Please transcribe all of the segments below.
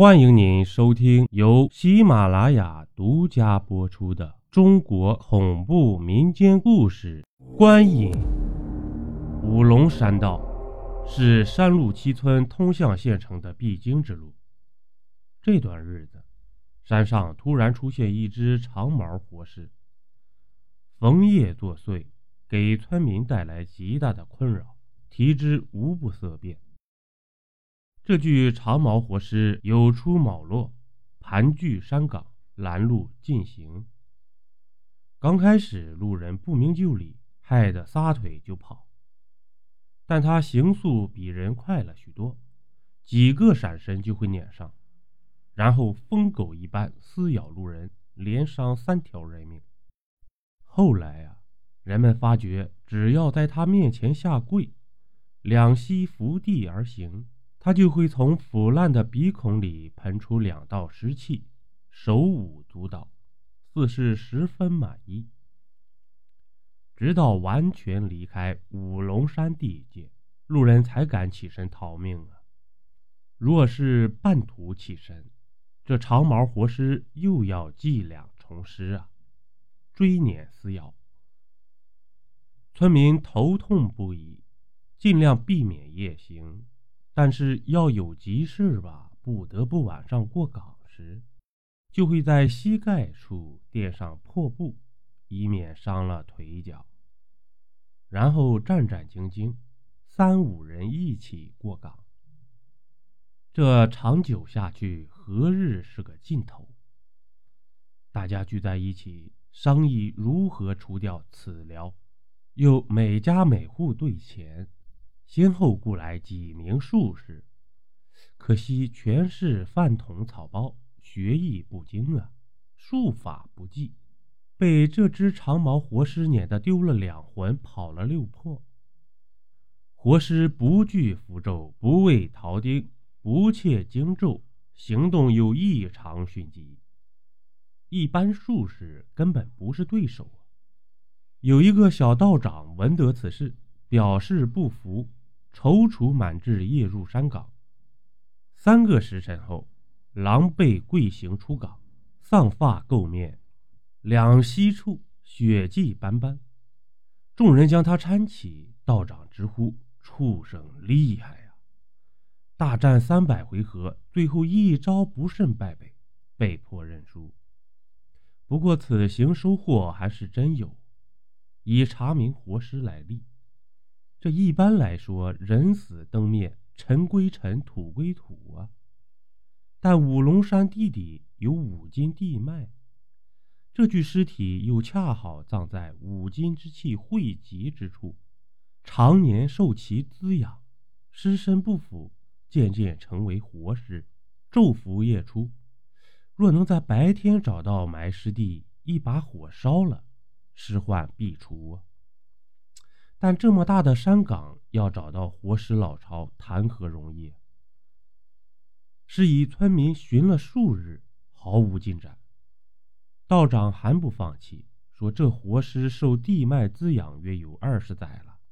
欢迎您收听由喜马拉雅独家播出的中国恐怖民间故事《观影》。五龙山道是山路七村通向县城的必经之路。这段日子，山上突然出现一只长毛活尸，逢夜作祟，给村民带来极大的困扰，提之无不色变。这具长毛活尸有出卯落，盘踞山岗，拦路进行。刚开始路人不明就里，害得撒腿就跑，但他行速比人快了许多，几个闪身就会撵上，然后疯狗一般撕咬路人，连伤3条人命。后来人们发觉只要在他面前下跪，两膝伏地而行，他就会从腐烂的鼻孔里喷出2道湿气，手舞足蹈，似是十分满意。直到完全离开五龙山地界，路人才敢起身逃命若是半途起身，这长毛活尸又要伎俩重施追撵撕咬。村民头痛不已，尽量避免夜行，但是要有急事不得不晚上过岗时，就会在膝盖处垫上破布，以免伤了腿脚。然后战战兢兢，3、5人一起过岗。这长久下去，何日是个尽头？大家聚在一起商议如何除掉此寮，又每家每户对钱，先后雇来几名术士，可惜全是饭桶草包，学艺不精术法不济，被这只长毛活尸撵得丢了2魂，跑了6魄。活尸不惧符咒，不畏陶钉，不窃经咒，行动又异常迅疾，一般术士根本不是对手有一个小道长闻得此事，表示不服，踌躇满志夜入山岗。3个时辰后，狼狈跪行出岗，丧发垢面，两膝处血迹斑斑。众人将他搀起，道长直呼畜生厉害大战300回合，最后一招不慎败北，被迫认输。不过此行收获还是真有，以查明活尸来历。这一般来说，人死灯灭，尘归尘，土归土但五龙山地底有5斤地脉，这具尸体又恰好葬在5斤之气汇集之处，常年受其滋养，尸身不腐，渐渐成为活尸，昼伏夜出。若能在白天找到埋尸地，一把火烧了，尸患必除但这么大的山岗，要找到活尸老巢，谈何容易是以村民寻了数日，毫无进展。道长还不放弃，说这活尸受地脉滋养约有20载了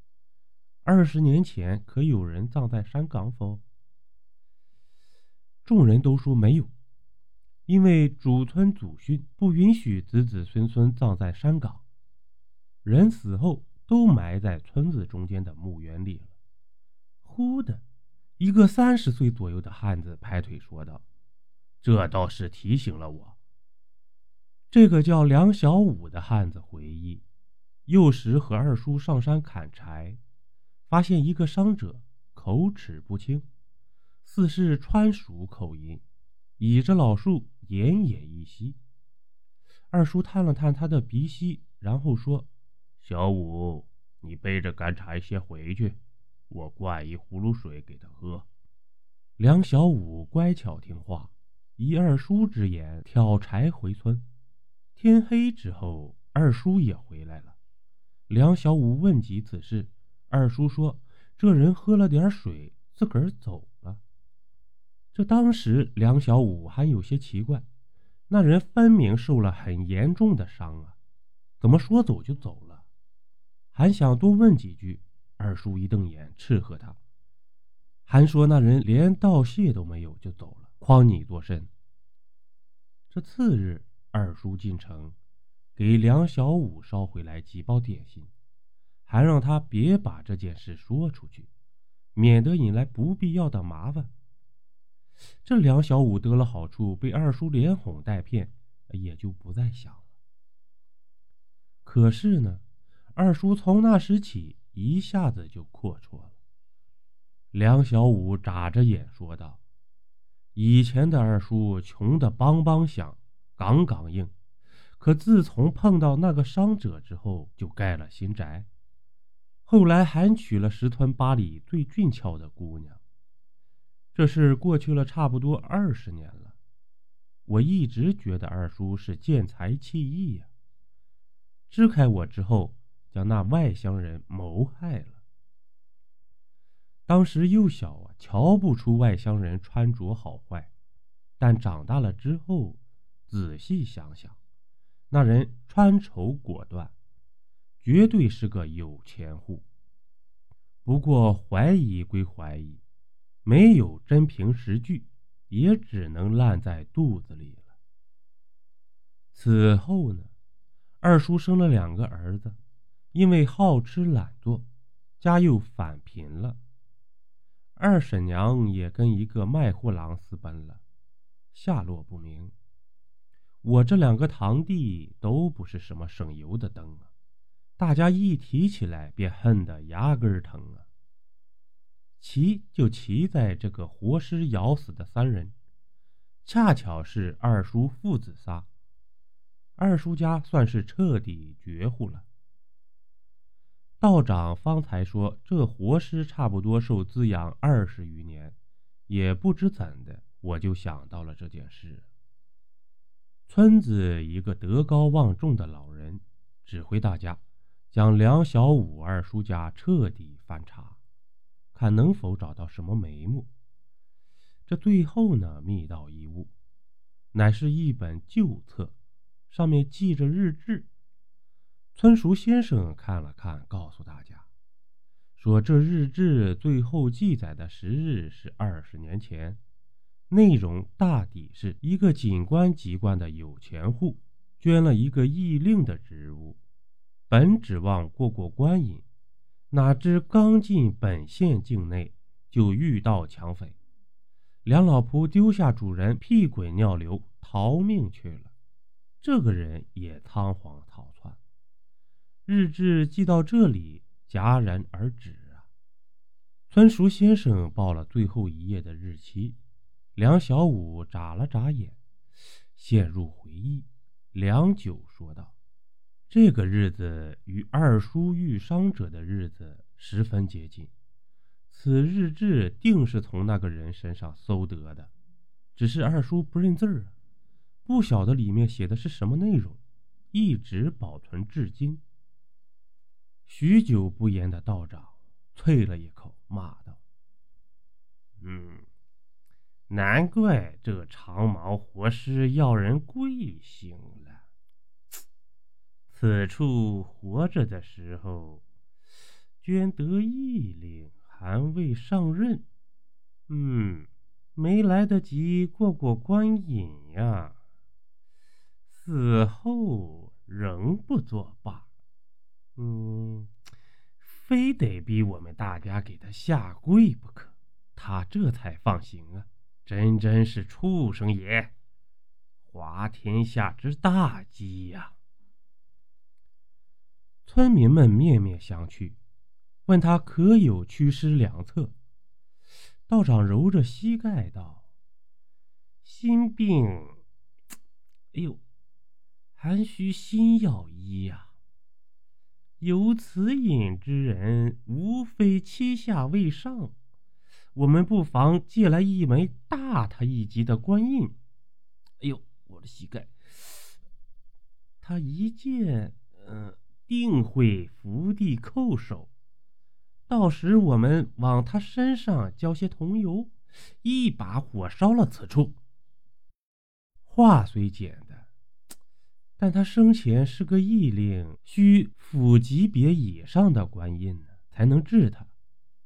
，20年前可有人葬在山岗否？众人都说没有，因为主村祖训不允许子子孙孙葬在山岗，人死后都埋在村子中间的墓园里了。忽的一个30岁左右的汉子拍腿说道：这倒是提醒了我。这个叫梁小武的汉子回忆，幼时和二叔上山砍柴，发现一个伤者口齿不清，似是川蜀口音，倚着老树奄奄一息。二叔探了探他的鼻息，然后说：小武，你背着干柴先回去，我灌一葫芦水给他喝。梁小武乖巧听话，依二叔之言挑柴回村。天黑之后，二叔也回来了。梁小武问及此事，二叔说这人喝了点水，自个儿走了。这当时梁小武还有些奇怪，那人分明受了很严重的伤怎么说走就走了？还想多问几句，二叔一瞪眼斥喝他，还说那人连道谢都没有就走了。 诓你多深。这次日，二叔进城，给梁小五捎回来几包点心，还让他别把这件事说出去，免得引来不必要的麻烦。这梁小五得了好处，被二叔连哄带骗，也就不再想了。可是呢，二叔从那时起一下子就阔绰了。梁小五眨着眼说道：“以前的二叔穷得梆梆响，杠杠硬，可自从碰到那个伤者之后，就盖了新宅。后来还娶了十屯八里最俊俏的姑娘。这事过去了差不多20年了。我一直觉得二叔是见财弃义呀。支开我之后，将那外乡人谋害了。当时幼小啊，瞧不出外乡人穿着好坏，但长大了之后，仔细想想，那人穿绸果断，绝对是个有钱户。不过怀疑归怀疑，没有真凭实据，也只能烂在肚子里了。此后呢，二叔生了2个儿子，因为好吃懒做，家又返贫了。二婶娘也跟一个卖货郎私奔了，下落不明。我这2个堂弟都不是什么省油的灯啊，大家一提起来便恨得牙根疼啊。奇就奇在这个活尸咬死的3人，恰巧是二叔父子仨。二叔家算是彻底绝户了。道长方才说这活尸差不多受滋养20余年，也不知怎的，我就想到了这件事。村子一个德高望重的老人指挥大家将梁小五二叔家彻底翻查，看能否找到什么眉目。这最后呢，觅到一物，乃是一本旧册，上面记着日志。村叔先生看了看，告诉大家说，这日志最后记载的时日是20年前，内容大抵是一个警官籍贯的有钱户捐了一个驿令的职务，本指望过关瘾，哪知刚进本县境内就遇到抢匪，梁老仆丢下主人屁滚尿流逃命去了，这个人也仓皇逃窜。日志记到这里戛然而止啊。村叔先生报了最后一页的日期，梁小五眨了眨眼，陷入回忆，良久说道：“这个日子与二叔遇伤者的日子十分接近，此日志定是从那个人身上搜得的，只是二叔不认字儿啊，不晓得里面写的是什么内容，一直保存至今。”许久不言的道长啐了一口，骂道：“难怪这长毛活尸要人贵姓了。此处活着的时候，捐得义令还未上任，没来得及过关瘾呀。死后仍不作罢。非得逼我们大家给他下跪不可，他这才放行啊！真是畜生也，滑天下之大稽呀！”村民们面面相觑，问他可有驱尸良策。道长揉着膝盖道：“心病，还需心药医呀。有此瘾之人，无非膝下未上，我们不妨借来一枚大他一级的官印。”我的膝盖！他一见，定会伏地叩首。到时我们往他身上浇些桐油，一把火烧了此处。话虽简单，但他生前是个义令，需府级别以上的官印呢，才能治他。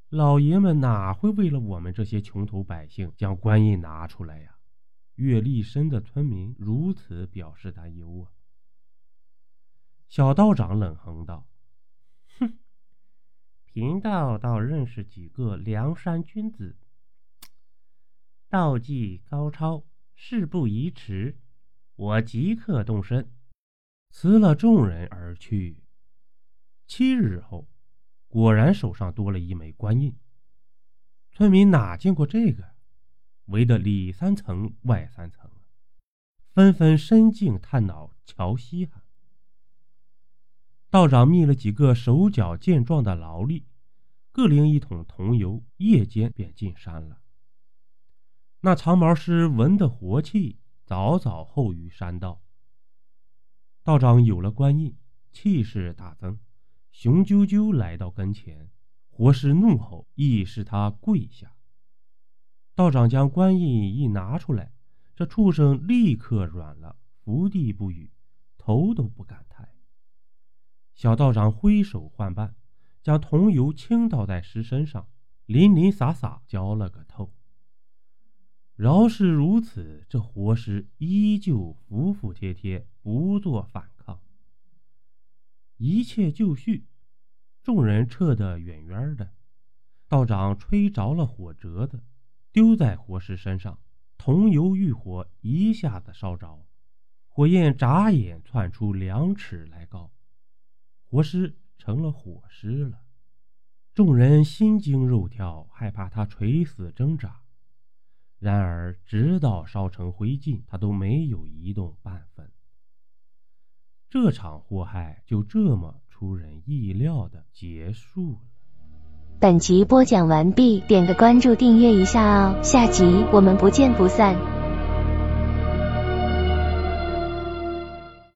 老爷们哪会为了我们这些穷头百姓将官印拿出来呀？阅历深的村民如此表示担忧啊。小道长冷哼道：“哼，贫道倒认识几个梁山君子，道技高超，事不宜迟，我即刻动身。”辞了众人而去。7日后，果然手上多了一枚官印。村民哪见过这个，围得里3层外3层，纷纷伸颈探脑瞧稀罕。道长觅了几个手脚健壮的劳力，各领1桶桐油，夜间便进山了。那长毛师闻得活气，早早候于山道。道长有了官印，气势大增，雄赳赳来到跟前。活尸怒吼，意使他跪下。道长将官印一拿出来，这畜生立刻软了，伏地不语，头都不敢抬。小道长挥手换瓣，将桐油倾倒在尸身上，淋淋洒洒浇了个透。饶是如此，这活尸依旧服服帖帖，不做反抗。一切就绪，众人撤得远远的。道长吹着了火折子，丢在活尸身上，桐油遇火一下子烧着，火焰眨眼窜出2尺来高，活尸成了火尸了。众人心惊肉跳，害怕他垂死挣扎。然而直到烧成灰烬，他都没有移动半分。这场祸害就这么出人意料地结束了。 本集播讲完毕，点个关注订阅一下哦，下集我们不见不散。